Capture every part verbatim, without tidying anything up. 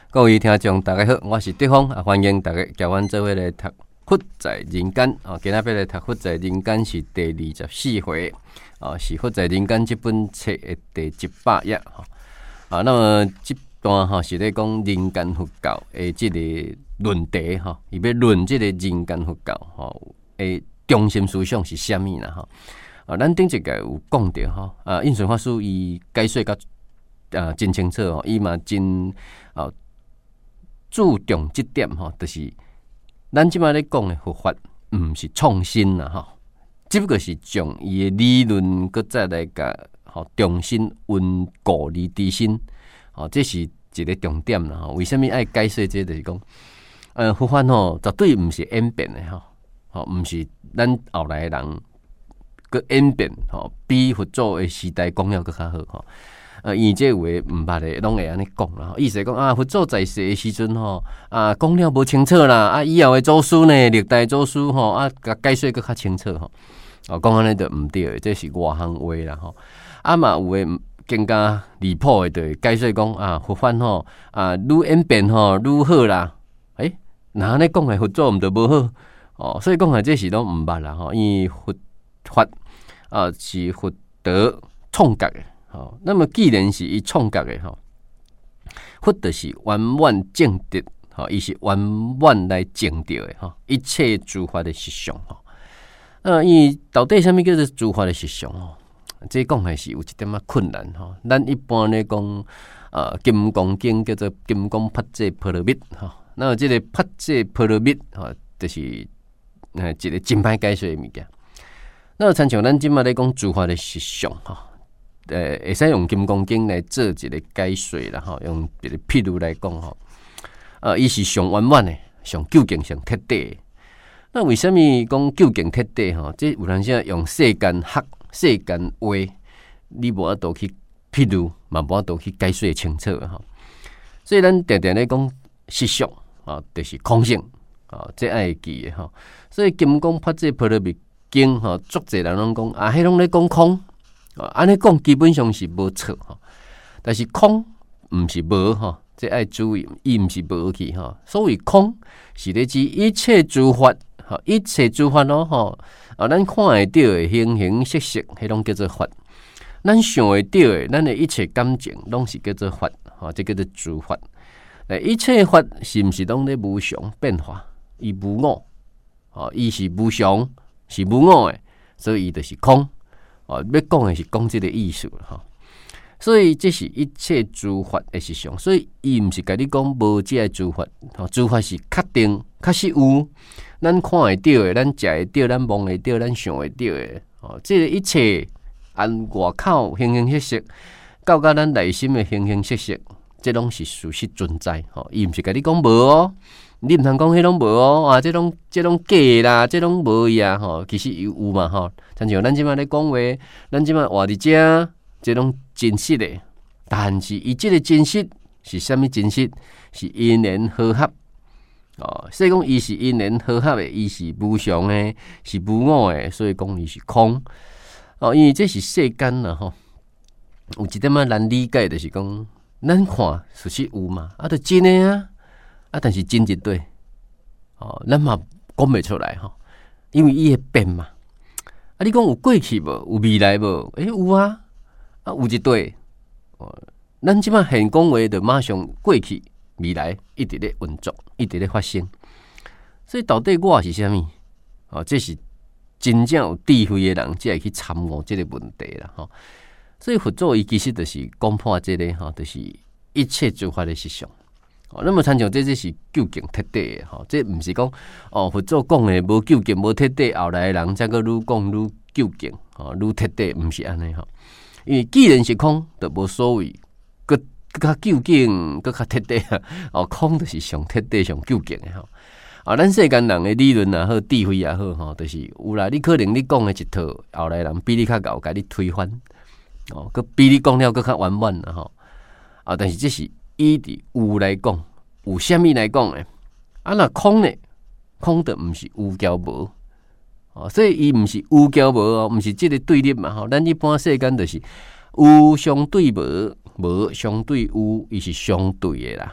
各位听众大家好，我是德峰啊，欢迎大家交阮做伙来读《佛在人间》啊。今仔日来读《佛在人间》是第二十四回啊，是《佛在人间》这本册的第一百页哈啊。那么这段哈是咧讲人间佛教的这个论题哈，伊要论这个人间佛教哈的中心思想是啥物啦哈啊？咱顶一个有讲到哈啊，印顺法师伊解说甲啊真清楚吼，伊嘛真啊。注重这点吼，就是咱即摆咧讲的佛法，毋是创新啦吼，只不过是将伊的理论搁再来甲吼重新温故而知新，吼，这是一个重点啦吼。为什么爱解释这？就是讲，呃，佛法吼绝对毋是演变的吼，吼，毋是咱后来的人搁演变吼，比佛祖的时代讲了搁较好吼。呃，伊这有诶毋捌诶，拢会安尼讲啦。意思讲啊，佛祖在世诶时阵吼，啊讲了无清楚啦，啊以后诶祖师呢，历代祖师吼，啊甲解说搁较清楚吼。哦，讲安尼就毋对诶，这是外行话啦吼。啊嘛有诶更加离谱诶，就解说讲啊，佛法吼啊愈演变吼愈好啦。诶，那安尼讲诶佛祖毋就无好哦？所以讲诶，这是拢毋捌啦吼。因为佛法啊是佛德创觉诶。好，那么既然是伊创觉的吼，佛就是圆满正直，吼，伊是圆满来证到的吼，一切诸法的实相吼。呃，伊到底什么叫做诸法的实相吼？这讲还是有一点仔困难吼。咱一般咧讲，呃，金刚经叫做金刚帕繴波罗蜜吼，那这个帕繴波罗蜜吼，就是呃一个真歹解说的物件。那参像咱今麦咧讲诸法的实相吼。呃，会使用《金刚经》来做一个解说啦，吼，用一个譬如来讲吼，呃，伊是上圆满的、上究竟、上彻底的。那为什么讲究竟彻底吼？这有阵时用世间学、世间话，你无法度去譬如，嘛无法度去解说清楚吼。所以咱常常咧讲实相啊，就是空性啊，这爱记的吼。所以《金刚帕繴波罗蜜经》吼，足侪人拢讲啊，迄拢咧讲空。安尼讲基本上是无错吼，但是空毋是无吼，这爱注意，伊毋是无去吼。所谓空是咧指一切诸法，吼，一切诸法咯吼，啊，咱看会到的形形色色，迄种叫做法；咱想会到的，咱的一切感情，拢是叫做法，吼，这叫做诸法。诶，一切法是毋是拢咧无常变化？伊无我，吼，伊是无常，是无我的，所以伊就是空。哦，要讲的是讲这个意思哈，所以这是一切诸法的实相，所以伊毋是甲你讲无这诸法，吼，诸法是确定确实有，咱看会到的，咱食会到，咱摸会到，咱想会到的，哦，这个一切按外口形形色色，到甲咱内心的形形色色，这拢是事实存在，吼，伊毋是甲你讲无哦。你毋通讲迄拢无哦，啊，这拢这拢假啦，这拢无伊啊，吼，其实有有嘛，吼，亲像咱即摆咧讲话，咱即摆活伫遮，这拢真实的，但是伊即个真实是啥物真实？是因缘和合哦，所以讲伊是因缘和合的，伊是无常的，是无我的，所以讲伊是空哦，因为这是世间啦，吼，有一点仔难理解，就是讲咱看事实有嘛，啊，就真的啊。啊，但是真一对，哦，咱嘛讲袂出来吼，因为伊会变嘛。啊，你讲有过去无？有未来无？诶、欸，有啊，啊，有一对，哦，咱即摆现讲话就马上过去、未来一直咧运作，一直咧发生。所以到底我是啥物？哦，这是真正有智慧的人才会去参悟这个问题啦，吼。所以佛祖伊其实就是讲破这个吼，就是一切诸法的实相。哦，那么参像这这是究竟彻底的吼，这毋是讲哦佛祖讲的无究竟无彻底，后来的人才个愈讲愈究竟，吼愈彻底，毋是安尼吼。因为既然是空，就无所谓，搁搁较究竟，搁较彻底啊！哦，空就是上彻底、上究竟的吼。啊，咱世间人的理论也好，智慧也好，吼，就是有啦。你可能你讲的一套，后来人比你较牛，甲你推翻，哦，佮比你讲了佮较圆满啦吼。啊，但是这是。伊伫有来讲，有虾米来讲诶？啊，那空呢？空的毋是有交无哦，所以伊毋是有交无哦，毋是即个对立嘛吼。咱一般世间就是有相对无，无相对有，伊是相对的啦。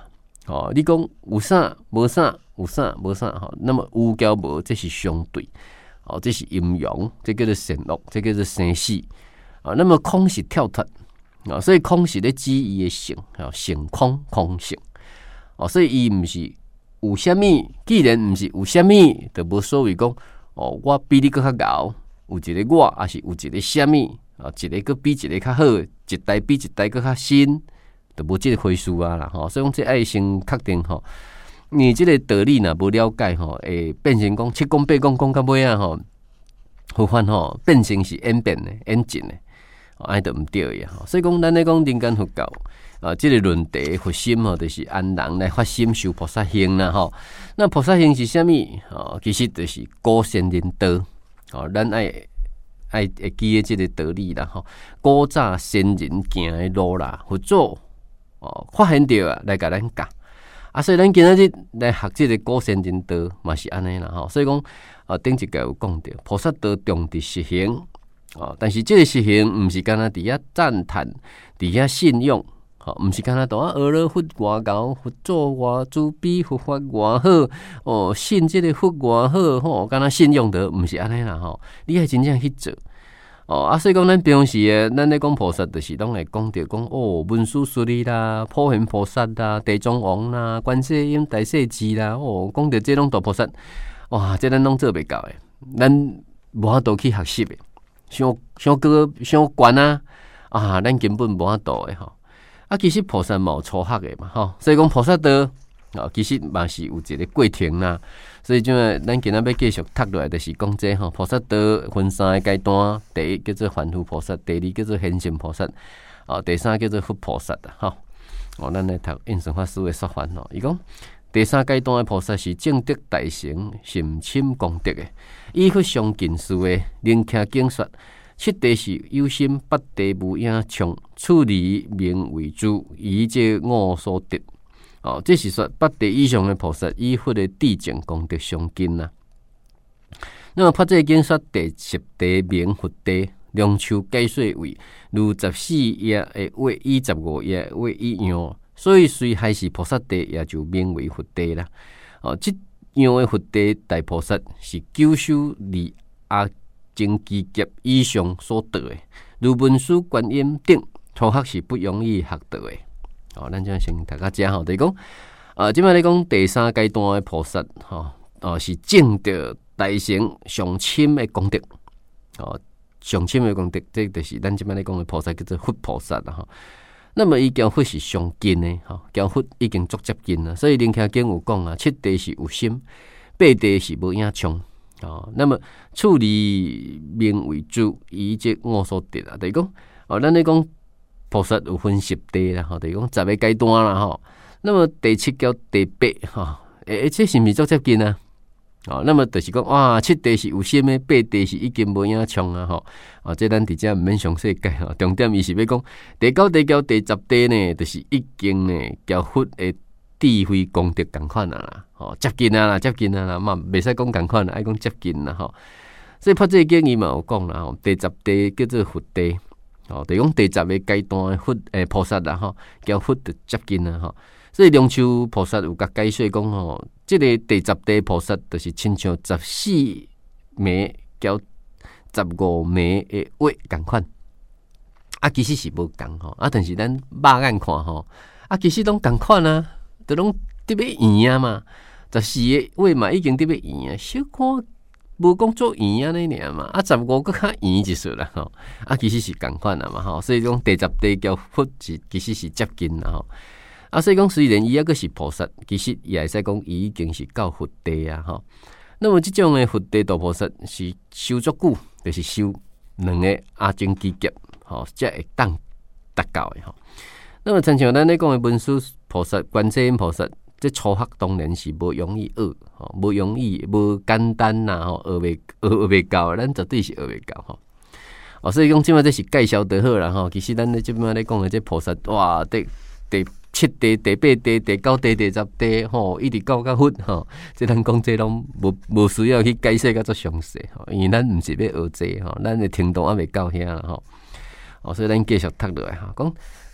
哦，你讲有啥无啥，有啥无啥吼，那么有交无，这是相对，哦，这是阴阳，这叫做善恶，这叫做生死。啊，那么空是跳脱，啊，所以空是咧指伊的性，啊，性空空性，哦，所以伊毋是有啥物，既然毋是有啥物，就无所谓讲，哦，我比你搁较高，有一个我，还是有一个啥物，啊，一个搁比一个较好，一代比一代搁较新。就无即个回事啊啦吼，所以讲这爱先确定吼，你即个道理若无了解吼，会变成讲七讲八讲讲到尾啊吼，互反吼变成是演变的、演进的，安就毋对呀吼。所以讲咱咧讲人间佛教啊，即、这个论题核心吼，就是安人来发心修菩萨行啦吼。那菩萨行是啥物？哦，其实就是古先人道哦，咱爱。爱会记诶，即个道理啦吼，古早先人行诶路啦，佛祖哦发现着啊，来甲咱教啊，所以咱今仔日来学即个古先人道嘛是安尼啦吼。所以讲啊，顶一个有讲着，菩萨道重伫实行哦，但是即个实行毋是干那伫遐赞叹，伫遐信用，吼，毋是干那当啊，阿罗佛偌高，佛祖偌慈悲，佛法偌好哦，信即个佛偌好吼，干那信用着，毋是安尼啦吼，你爱真正去做。哦，啊，所以讲咱平时诶，咱咧讲菩萨，就是拢会讲着讲哦，文殊师利啦、普贤菩萨啦、地藏王啦、观世音、大势至啦，哦，讲着这拢大菩萨，哇，这咱拢做袂到诶，咱无法度去学习诶，伤伤高伤悬啊，啊，咱根本无法度诶吼。啊，其实菩萨嘛有初学诶嘛吼，所以讲菩萨道。哦，其实嘛是有一个过程啦，所以就咱今仔要继续读落来，就是讲这吼菩萨道分三个阶段，第一叫做凡夫菩萨，第二叫做显现菩萨，哦，第三叫做佛菩萨的吼。哦，咱来读印顺法师的说法吼，伊讲第三阶段的菩萨是正德大成、甚深功德的，以佛相近事的，能听经说。七地是有心，八地无影像，处理名为主，以这五所得。哦，这是说八地以上的菩萨，以佛的地净功德相近啦。那么《法界经说》第十地名佛地，梁树解说为如十四页的话，以十五页的话一样，所以虽还是菩萨地，也就名为佛地啦。哦，这样的佛地大菩萨是九修离阿僧祇劫以上所得的，如文殊、观音等初学是不容易学得的。哦，咱就先大家知吼，就是讲，啊，即摆咧讲第三阶段的菩萨，吼，哦，是证得大成上深的功德，哦，上深的功德，这就是咱即摆咧讲的菩萨叫做佛菩萨啦，吼。那么伊交佛是上近的，吼，交佛已经足接近啦，所以灵驥经有讲啊，七地是有心，八地是无影像，哦，那么处理名为主，以这五所得啊，就是讲，哦，咱咧讲。菩萨有分十地啦，吼，就是讲十个阶段啦，吼。那么第七到第八，吼，诶，这是毋是足接近啊？哦，那么就是讲，哇，七地是有心的，八地是已经无影像啊，吼。哦，这咱直接毋免详细解吼，重点伊是要讲第九地到第十地呢，就是已经呢，交佛的智慧功德共款啊啦，吼，接近啊啦，接近啊啦，嘛袂使讲共款啦，爱讲接近啦，吼。所以《法界经》伊嘛有讲啦，吼，第十地叫做佛地。哦，就讲第十个阶段的佛诶菩萨啦，吼，交佛就接近啦，吼。所以梁树菩萨有甲解说讲，吼，即、这个第十地菩萨就是亲像十四枚交十五枚的话共款。啊，其实是无共吼，啊，但是咱肉眼看吼，啊，其实拢共款啊，都拢特别圆啊嘛。十四个话嘛已经特别圆啊，小看。无讲做圆安尼尔嘛，啊十五个较圆一说啦吼，啊其实是共款啦嘛吼，所以讲第十地交佛是其实是接近啦吼，啊所以讲虽然伊抑个是菩萨，其实也会使讲伊已经是到佛地啊吼。那么即种诶佛地大菩萨是修足久，就是修两个阿僧祇劫吼，才会当达到诶吼。那么亲像咱咧讲诶文殊菩萨、观世音菩萨。这初学当然是无容易学，吼，无容易，无简单呐，吼，学袂学袂到，咱绝对是学袂到，吼。哦，所以讲即摆这是介绍得好啦，吼。其实咱咧即摆咧讲的这菩萨，哇，第第七地、第八地、第九地、第十地，吼，一直到到佛，吼。即咱讲这拢无无需要去解释甲做详细，吼，因为咱毋是要学这，吼，咱的程度还袂到遐啦，吼。哦，所以咱继续读落来，吼，讲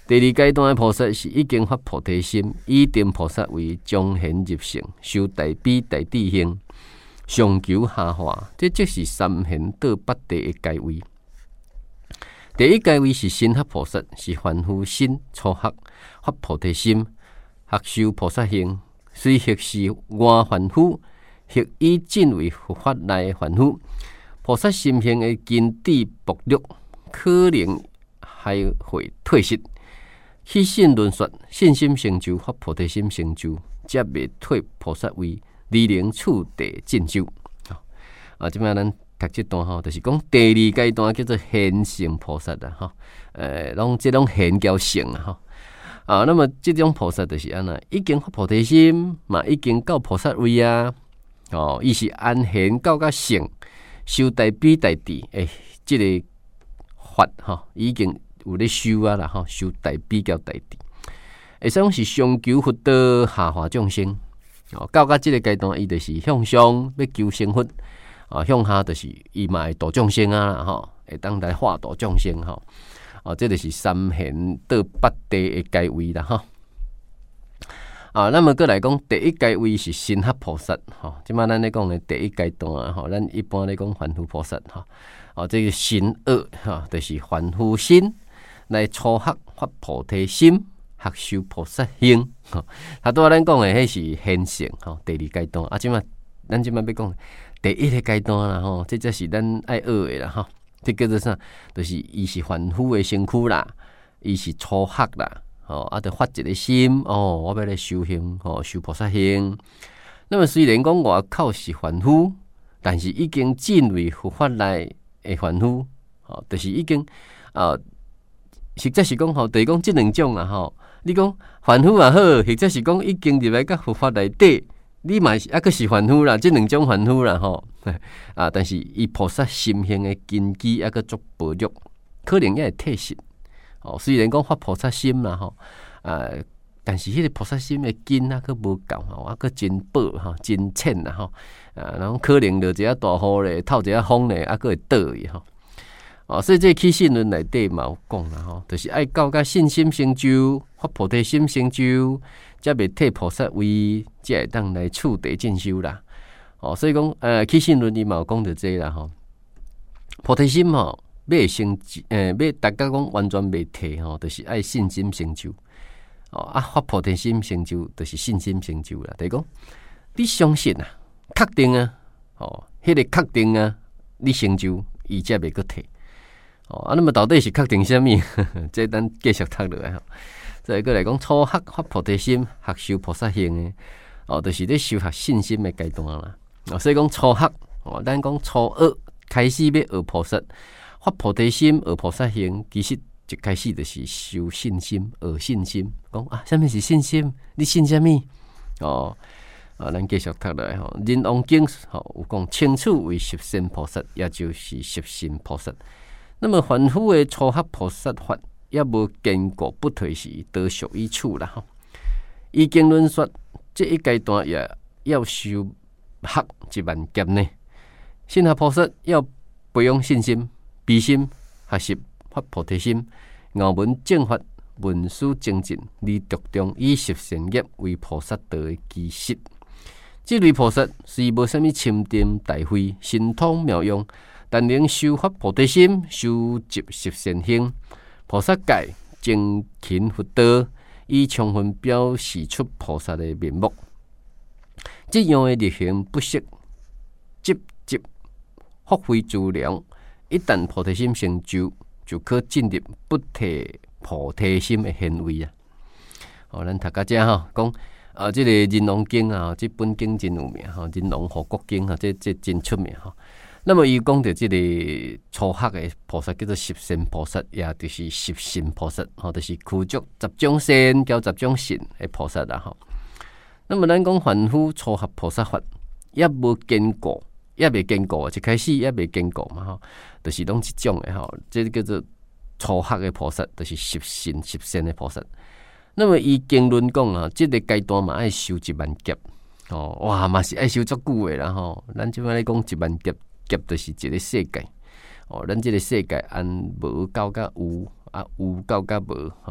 第二阶段的菩萨是已经发菩提心，以定菩萨为彰显入圣，修大悲大智行，上求下化，这即是三贤道八地的阶位。第一阶位是心学菩萨，是凡夫心初学发菩提心，学修菩萨行，虽学是外凡夫，学以尽为佛法内的凡夫。菩萨心行的根底薄弱，可能还会退失。起信论说，信心成就发菩提心成就，则未退菩萨位，离能处地进修。啊，即摆咱读这段吼，就是讲第二阶段叫做显性菩萨啦，吼，诶，拢即种显叫性啊，吼。啊，那么这种菩萨就是安那，已经发菩提心，嘛已经到菩萨位啊，哦，伊是安显到甲性，修大悲大智，诶，即、这个法吼已经有咧修啊啦，吼，修大悲叫大智，会使讲是上求佛道，下化众生。哦，到甲即个阶段，伊就是向上要求成佛。啊，向下就是伊嘛会度众生啊，吼，会当来化度众生吼。哦，这就是三贤道八地的阶位啦，吼。啊，那么过来讲，第一阶位是心学菩萨，吼，即摆咱咧讲的第一阶段，吼，咱一般咧讲凡夫菩萨，吼，哦，这个心学，吼，就是凡夫心来初学发菩提心，学修菩萨行，吼。他拄仔咱讲的迄是显性，吼，第二阶段，啊，即摆咱即摆要讲。第一个阶段啦，吼，这才是咱爱学的啦，吼，这叫做啥？就是伊是凡夫的身躯啦，伊是初学啦，吼，啊，得发一个心，哦，我要来修行，吼，修菩萨行。那么虽然讲外口是凡夫，但是已经进入佛法内的凡夫，吼，就是已经啊，实际是讲吼，就是讲这两种啦，吼，你讲凡夫也好，或者是讲已经入来甲佛法内底。你嘛是啊，个是凡夫啦，即两种凡夫啦吼啊，但是伊菩萨心性的根基啊，个足薄弱，可能也会退失。哦，虽然讲发菩萨心啦吼啊，但是迄个菩萨心的根啊，佫无够吼，啊，佫真薄吼，真浅啦吼啊，然后可能着一下大雨咧，透一下风咧，啊，佫会倒去吼。哦，所以这起信论内底嘛有讲啦吼，就是爱到甲信心成就，发菩提心成就。才袂替菩萨位，才会当来处地进修啦。哦，所以讲，呃，起信论里嘛有讲到这啦吼。菩提心吼，要成，呃，要大家讲完全袂替吼，就是爱信心成就。哦，啊，发菩提心成就，就是信心成就啦。就是讲，你相信啊，确定啊，哦，迄、那个确定啊，你成就，伊才袂个替。哦，啊，那么到底是确定啥物？这咱继续读落来吼。再过来讲，初学发菩提心，学修菩萨行的，哦，就是咧修学信心的阶段啦。哦，所以讲初学，哦，咱讲初学开始要学菩萨，发菩提心，学菩萨行，其实一开始就是修信心，学信心。讲啊，啥物是信心？你信啥物？哦，啊，咱继续读落来吼。人王经吼有讲，清楚为十善菩萨，也就是十信菩萨。那么凡夫的初学菩萨法。也无坚固不退时，得属于处啦吼。以经论说，这一阶段也要修学一万劫呢。信学菩萨要培养信心、悲心、学习发菩提心，咬文正法、文思精进，而着重以十善业为菩萨道的基石。这类菩萨虽无啥物钦定大慧、神通妙用，但能修发菩提心，修集十善行。菩萨戒精勤佛道，以充分表示出菩萨的面目。这样的力行不息，积极发挥资粮。一旦菩提心成就，就可进入不替菩提心的行为啊！哦，咱读到这吼，讲啊，这个《人王经》啊，这本经真有名吼，《人王护国经》啊，这这真出名吼。那么伊讲到这个初学的菩萨叫做十善菩萨，也就是十信菩萨，吼，就是具足十种善叫十种信的菩萨啦，吼。那么咱讲凡夫初学菩萨法，也无坚固，也未坚固啊，一开始也未坚固嘛，吼，就是拢即种的吼，这叫做初学的菩萨，就是十信十善的菩萨。那么伊经论讲啊，这个阶段嘛爱修一万劫，哦，哇，嘛是爱修足久的啦，吼。咱即摆咧讲一万劫。劫就是一个世界，哦，咱这个世界按无到甲有，啊有到甲无，吼，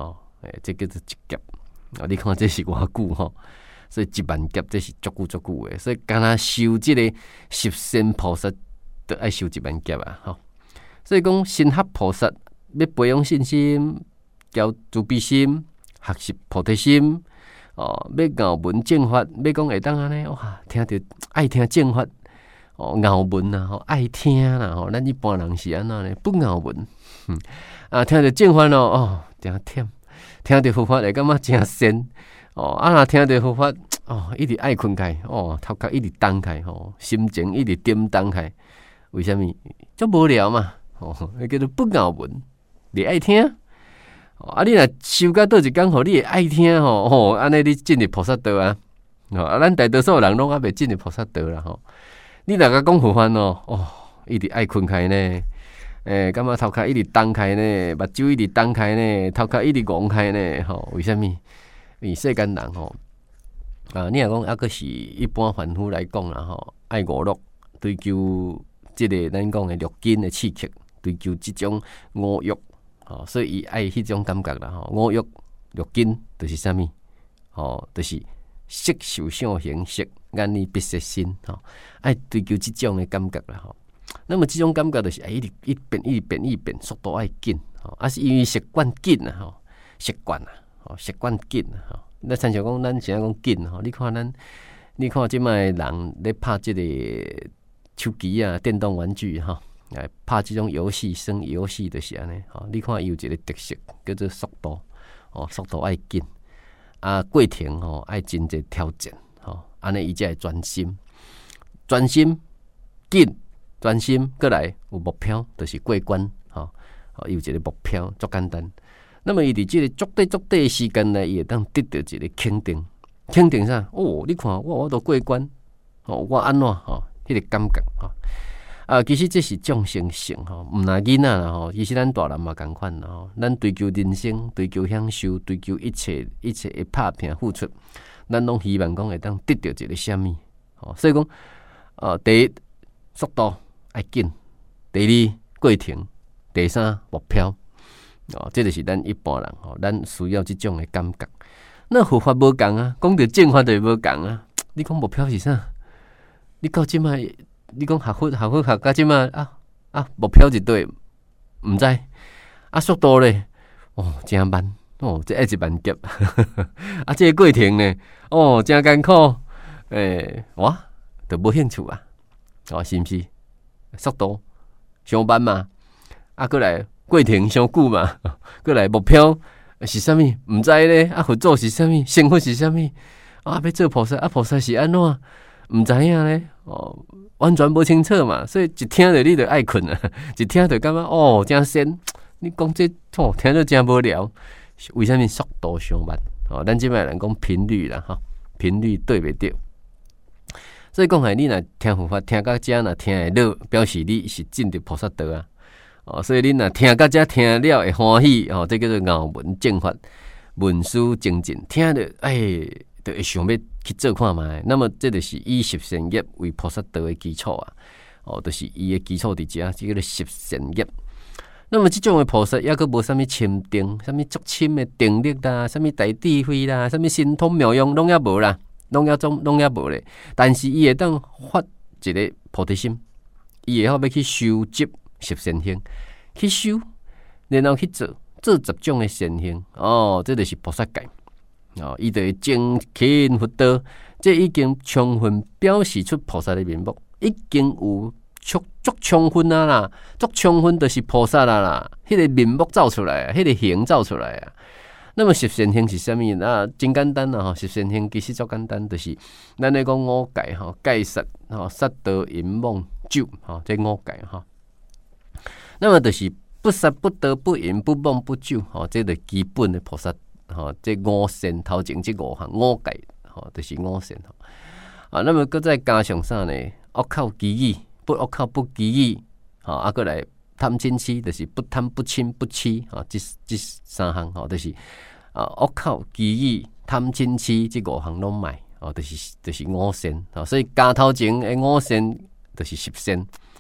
诶，这叫做一劫啊！你看这是偌久吼，所以一万劫这是足久足久诶，所以敢若修这个十善菩萨，都爱修一万劫啊！吼，所以讲心合菩萨要培养信心、交慈悲心、学习菩提心。哦，要咬文正法，要讲会当安尼哇，听着爱听正法哦，咬文啦，吼爱听啦，吼，咱一般人是安怎呢？不咬文，嗯啊，听着正法咯，哦，真忝，听着佛法会感觉真仙哦，啊，若听着佛法哦，一直爱困开哦，头壳一直动开吼，心情一直点动开，为什么？足无聊嘛，哦，那叫做不咬文，你爱听。啊！你若修到倒一工，吼，你会爱听吼吼，安尼你进入菩萨道啊！吼啊，咱大多数人拢还未进入菩萨道啦吼。你若甲讲佛法哦，哦，一直爱困开呢，诶、欸，感觉头壳一直动开呢，目睭一直动开呢，头壳一直戆开呢，吼，为什么？因为世间人吼啊，你若讲抑个是一般凡夫来讲啦吼，爱娱乐，追求即个咱讲诶六根诶刺激，追求即种五欲。哦，所以伊爱迄种感觉啦，吼，五欲六根就是啥物？哦，就是色受想行识，眼耳鼻舌身，吼，爱追求即种诶感觉啦，吼。那么即种感觉就是爱一直一变一变一变，速度爱紧，吼，啊是因为习惯紧啊，吼，习惯啊，吼，习惯紧啊，吼。咱常常讲，咱是安讲紧，吼，你看咱，你看即摆人咧拍即个手机啊，电动玩具，吼。来拍这种游戏，耍游戏就是安尼吼。你看伊有一个特色叫做速度，哦，速度爱紧，啊，过程吼爱真侪挑战，吼，安尼伊才会专心，专心紧，专心过来有目标，就是过关，吼，哦，有一个目标，足简单。那么伊伫即个足短足短的时间内，伊会当得到一个肯定，肯定啥？哦，你看我我都过关，哦，我安怎吼？迄、那个感觉吼。啊，其实这是众生性吼，毋那囡仔啦吼，其实咱大人嘛共款啦吼，咱追求人生，追求享受，追求一切一切会拍拼付出，咱拢希望讲会当得到一个啥物吼，所以讲，呃，第一速度爱紧，第二过程，第三目标，哦，这就是咱一般人吼，咱需要这种的感觉。那佛法无共啊，讲到正法就无共啊。你讲目标是啥？你到即摆。你讲学佛学佛学到即摆啊啊目標一對，毋知啊速度咧哦真慢哦，這一萬劫啊，這個過程呢哦真艱苦誒、欸，我都無興趣啊，哦是毋是？速度上慢嘛，啊過來過程上久嘛，過來目標是啥物？毋知咧啊佛祖是啥物？成佛是啥物？啊要做菩薩啊菩薩是安怎？毋知影咧哦。完全不清楚嘛，所以一听着你就爱困啊，一听着感觉哦真仙，你讲这哦听着真无聊，为什么速度上慢？哦，咱即摆人讲频率啦，哈，频率对袂对？所以讲系你若听佛法听到遮，若听会落，表示你是进入菩萨道啊。哦，所以你若听到遮听了会欢喜，哦，这叫做咬文正法，文思精进，听着哎。就会想要去做看卖，那么这就是以十善业为菩萨道的基础啊！哦，就是伊的基础伫遮，即叫做十善业。那么这种的菩萨抑阁无啥物深定，啥物足深的定力啦，啥物大智慧啦，啥物神通妙用，拢抑无啦，拢抑总拢抑无咧。但是伊会当发一个菩提心，伊会晓要去收集十善行，去修，然后去做做十种的善行。哦，这就是菩萨戒。哦，伊就会精勤佛道，这已经充分表示出菩萨的面目，已经有足足充分啊啦，足充分就是菩萨啦啦，迄、那个面目走出来，迄、那个形走出来啊。那么十善行是啥物？啊，真简单啊！吼，十善行其实足简单，就是咱咧讲五戒吼，戒杀吼，杀盗淫妄酒吼，这五戒吼。那么就是不杀不盗不淫不妄不酒吼，这个基本的菩萨。吼、哦，这五善头前这五项五戒，吼、哦，就是五善吼。啊，那么搁再加上啥呢？恶口绮语，不恶口不绮语，吼、哦，啊，搁来贪嗔痴，就是不贪不嗔不痴，吼、哦，这这三项吼，就是啊恶口绮语、贪嗔痴这五项拢卖，哦，就是就是五善，吼、哦，所以加头前的五善就是十善。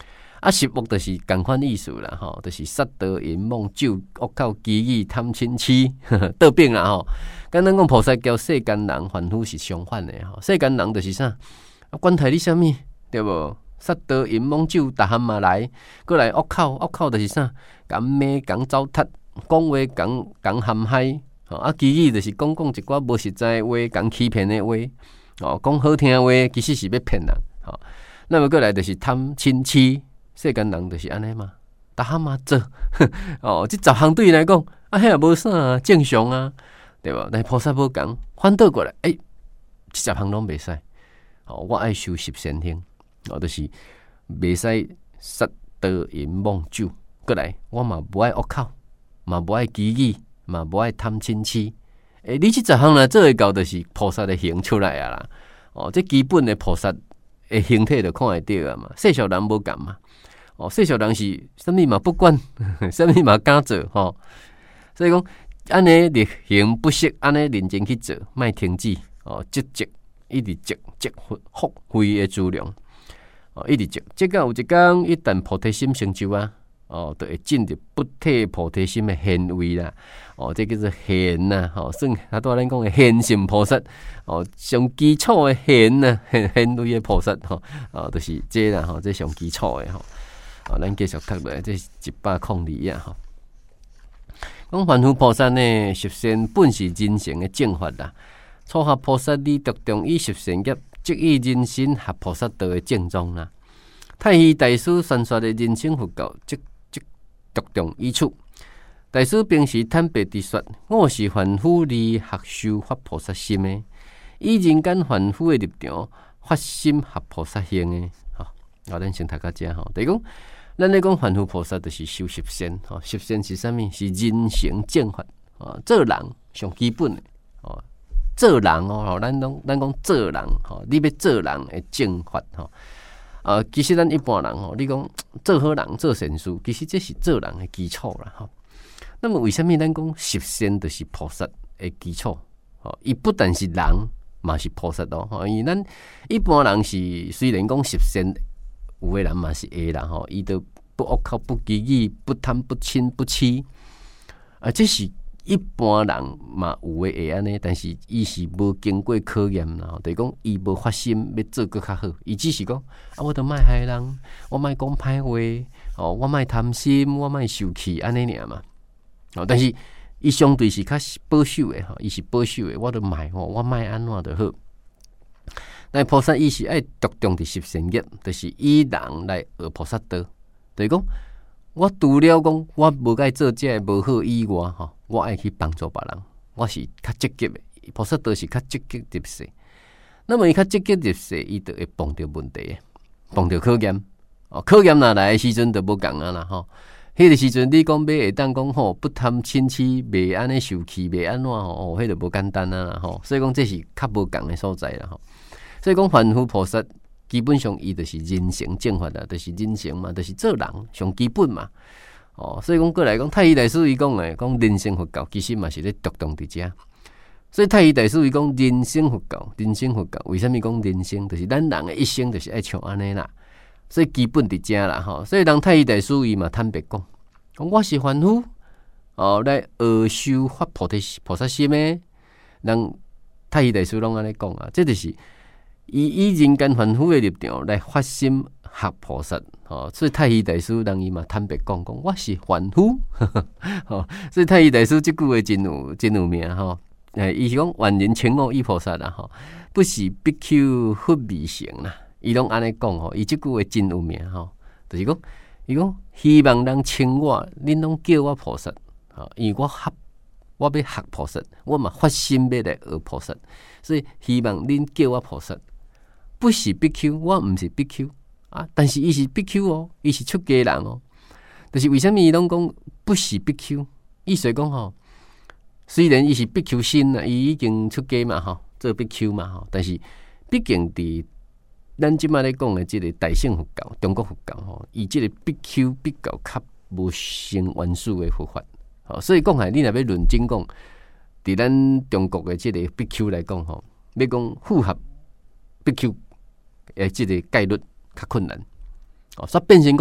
啊，十恶就是共款意思啦，吼，就是杀盗淫妄酒恶口绮语贪嗔痴倒变啦吼。敢咱讲菩萨教世间人凡夫是相反的吼，世间人就是啥，啊管他你啥物对无？杀盗淫妄酒，逐项嘛来，过来恶口，恶口就是啥，讲骂讲糟蹋，讲话讲讲陷害，吼啊绮语就是讲讲一寡无实在的话，讲欺骗的话，哦讲好听的话，其实是要骗人，吼。那么过来就是贪嗔痴，世间人就是安尼嘛，逐项嘛做，哦，即十项对伊来讲，啊，迄也无啥正常啊，对无？但菩萨无讲，反倒过来，诶、欸，即十项拢袂使，哦，我爱修十善行。哦，就是袂使杀盗淫妄酒，过来我嘛无爱恶口，嘛无爱绮语，嘛无爱贪嗔痴。诶，你即十项呢做会到，就是菩萨的形出来啊啦。哦，这基本的菩萨的形体就看会到啊嘛。世俗人无共嘛。哦，世俗人是啥物嘛不管，啥物嘛敢做吼、哦。所以讲，安尼力行不息，安尼认真去做，莫停止哦，积积一直积积福慧的资粮。哦，一直积，积到有一天，一旦菩提心成就啊，哦，就会进入不退菩提心的显位啦。哦，这叫做显呐，吼，算他多咱讲的显性菩萨，哦，上基础的显呐，显显位的菩萨，吼，哦，就是这啦，吼，这上基础的吼。哦，咱继续读落，这是一百零二啊，吼。讲凡夫菩萨呢，十善本是人成的正法啦。初学菩萨理着重以十善业。即以人生合菩萨道的正宗啦。太虚大师宣说的人生佛教，即即着重依处。大师平时坦白地说，我是凡夫离学修发菩萨心的，以人间凡夫的立场发心合菩萨行的。吼，我咱先读到这吼。第讲，咱咧讲凡夫菩萨就是修十善，吼，十善是啥物？是人成正法，哦，做人上基本的，哦。做人哦，咱讲咱讲做人吼，你要做人的正法吼。啊，其实咱一般人吼，你讲做好人做善事，其实这是做人的基础啦吼。那么为什么咱讲十善就是菩萨的基础？吼，伊不但是人，嘛是菩萨咯。吼，因为咱一般人是虽然讲十善，有的人嘛是会啦吼，伊都不恶口、不绮语、不贪、不嗔、不痴，啊，这是。一般人嘛有诶会安尼，但是伊是无经过考验啦，就是讲伊无发心要做更较好，伊只是讲啊，我著莫害人，我莫讲歹话，哦，我莫贪心，我莫受气安尼尔嘛。哦，但是伊相对是较保守诶，吼，伊是保守诶，我著莫吼，我莫安怎著好。但菩萨伊是爱着重伫十善业，就是以人来学菩萨道，就是讲。我除了讲我无该做这无好以外，吼，我爱去帮助别人，我是较积极的。菩萨道是较积极入世，那么伊较积极入世，伊就会碰到问题，碰到考验。哦，考验若来的时阵就无共啊啦，吼。迄个时阵你讲要会当讲吼，不贪嗔痴，袂安尼受气，袂安怎吼，哦，迄就无简单啊啦，吼。所以讲这是较无共的所在啦，吼。所以讲凡夫菩萨。基本上，伊就是人成正法啦，就是人成嘛，就是做人上基本嘛。哦，所以讲过来讲，太虚大师伊讲诶，讲人生佛教其实嘛是咧着重伫遮。所以太虚大师伊讲人生佛教，人生佛教为什么讲人生？就是咱人诶一生就是爱像安尼啦。所以基本伫遮啦，吼。所以人太虚大师伊嘛坦白讲，我是凡夫，哦，来学修发菩提菩萨心诶。人太虚大师拢安尼讲啊，这就是。以以人间凡夫的立场来发心学菩萨，哦，所以太虚大师人伊嘛坦白讲讲，我是凡夫，哦，所以太虚大师这句话真有真有名吼，诶，伊是讲万人千我依菩萨啦，吼，不是必求佛未成啦，伊拢安尼讲吼，伊这句话真有名吼，就是讲，伊讲希望人称我，恁拢叫我菩萨，吼，因为我合。我要学菩萨，我嘛发心要来学菩萨，所以希望恁叫我菩萨。不是比丘，我唔是比丘啊，但是伊是比丘哦，伊是出家人哦。就是为什么伊拢讲不是比丘？意思讲吼，虽然伊是比丘身啊，伊已经出家嘛吼，做比丘嘛吼，但是毕竟伫咱即摆咧讲的即个大乘佛教、中国佛教吼，伊即个比丘比较较无成原始的佛法，吼，所以讲下，你若要论真讲，伫咱中国的即个比丘来讲吼，要讲符合比丘。诶，即个概率较困难，哦，所以变成讲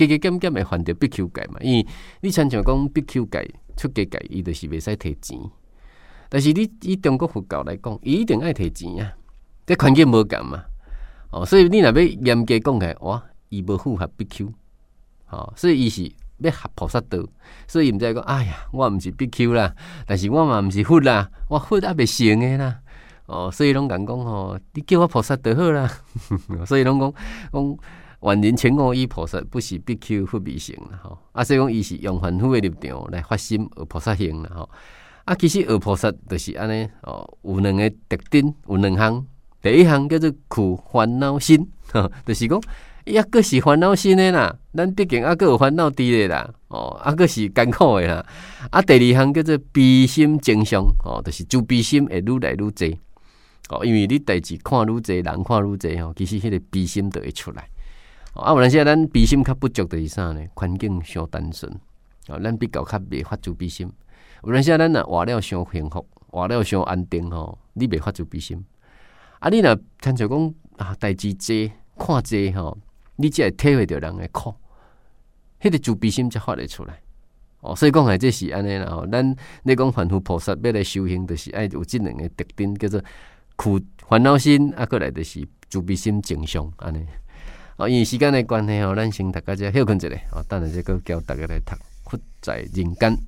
加加减减会犯着必求界嘛，因为你亲像讲必求界出家界，伊就是袂使摕钱。但是你以中国佛教来讲，伊一定爱摕钱啊，这环境无共嘛。哦，所以你若要严格讲起来，哇，伊无符合必求。哦，所以伊是要合菩萨道，所以毋知讲，哎呀，我毋是必求啦，但是我嘛毋是佛啦，我佛还袂成诶啦。哦，所以拢讲讲吼，你叫我菩萨就好啦。所以拢讲讲万人千我依菩萨，不是必求佛未成啦吼。啊，所以讲伊是用凡夫诶立场来发心学菩萨行啦吼。啊，其实学菩萨就是安尼哦，有两个特点，有两项。第一项叫做去烦恼心，吼，就是讲抑个是烦恼心诶啦。咱毕竟抑个有烦恼伫咧啦，哦，抑个是艰苦诶啦。啊，第二项叫做悲心增上，哦，就是慈悲心会愈来愈济。哦，因为你代志看愈济，人看愈济吼，其实迄个悲心就会出来。哦、啊，有阵时咱悲心较不足，就是啥呢？环境伤单纯，哦，咱比较较袂发慈悲心。有阵时咱若活了伤幸福，活了伤安定吼，你袂发慈悲心。啊，你若亲像讲啊，代志济看济吼，你才会体会到人诶苦，迄、那个慈悲心才发会出来。哦，所以讲诶，这是安尼啦。吼，咱你讲凡夫菩萨要来修行，就是爱有即两个特点，叫做去烦恼心，啊，过来就是慈悲心正常安尼。哦，因为时间的关系吼，咱先大家遮休困一下，哦，等下再个叫大家来读《佛在人间》。